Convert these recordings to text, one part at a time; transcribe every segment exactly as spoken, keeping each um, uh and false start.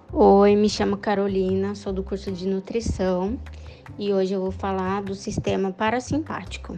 Oi, me chamo Carolina, sou do curso de nutrição e hoje eu vou falar do sistema parasimpático.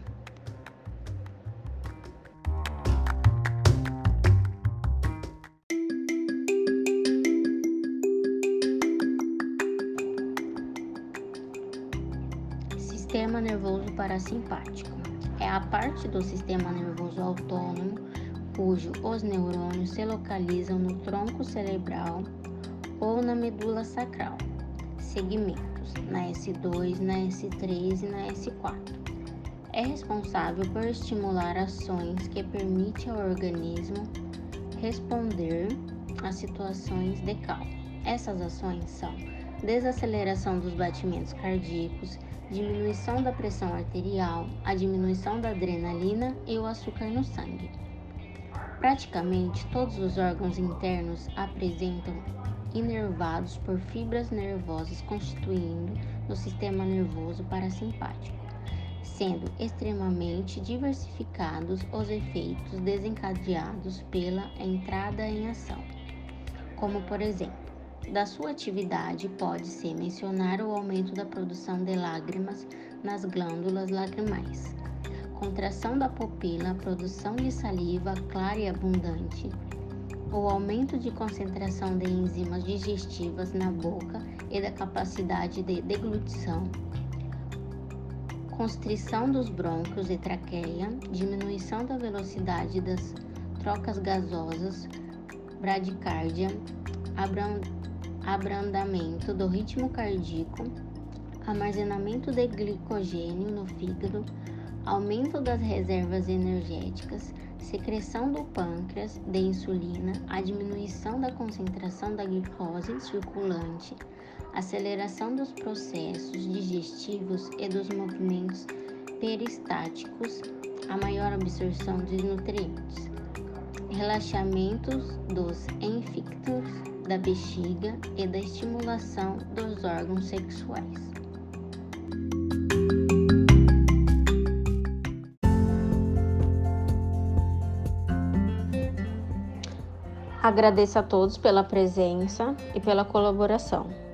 Sistema nervoso parasimpático é a parte do sistema nervoso autônomo cujo os neurônios se localizam no tronco cerebral ou na medula sacral, segmentos na S dois, na S três e na S quatro. É responsável por estimular ações que permitem ao organismo responder a situações de calma. Essas ações são desaceleração dos batimentos cardíacos, diminuição da pressão arterial, a diminuição da adrenalina e o açúcar no sangue. Praticamente todos os órgãos internos apresentam inervados por fibras nervosas constituindo no sistema nervoso parasimpático, sendo extremamente diversificados os efeitos desencadeados pela entrada em ação, como por exemplo, da sua atividade pode-se mencionar o aumento da produção de lágrimas nas glândulas lacrimais, contração da pupila, produção de saliva clara e abundante, o aumento de concentração de enzimas digestivas na boca e da capacidade de deglutição, constrição dos brônquios e traqueia, diminuição da velocidade das trocas gasosas, bradicárdia, abrandamento do ritmo cardíaco, armazenamento de glicogênio no fígado, aumento das reservas energéticas, secreção do pâncreas de insulina, a diminuição da concentração da glicose circulante, aceleração dos processos digestivos e dos movimentos peristáticos, a maior absorção de nutrientes, relaxamentos dos esfíncteres da bexiga e da estimulação dos órgãos sexuais. Agradeço a todos pela presença e pela colaboração.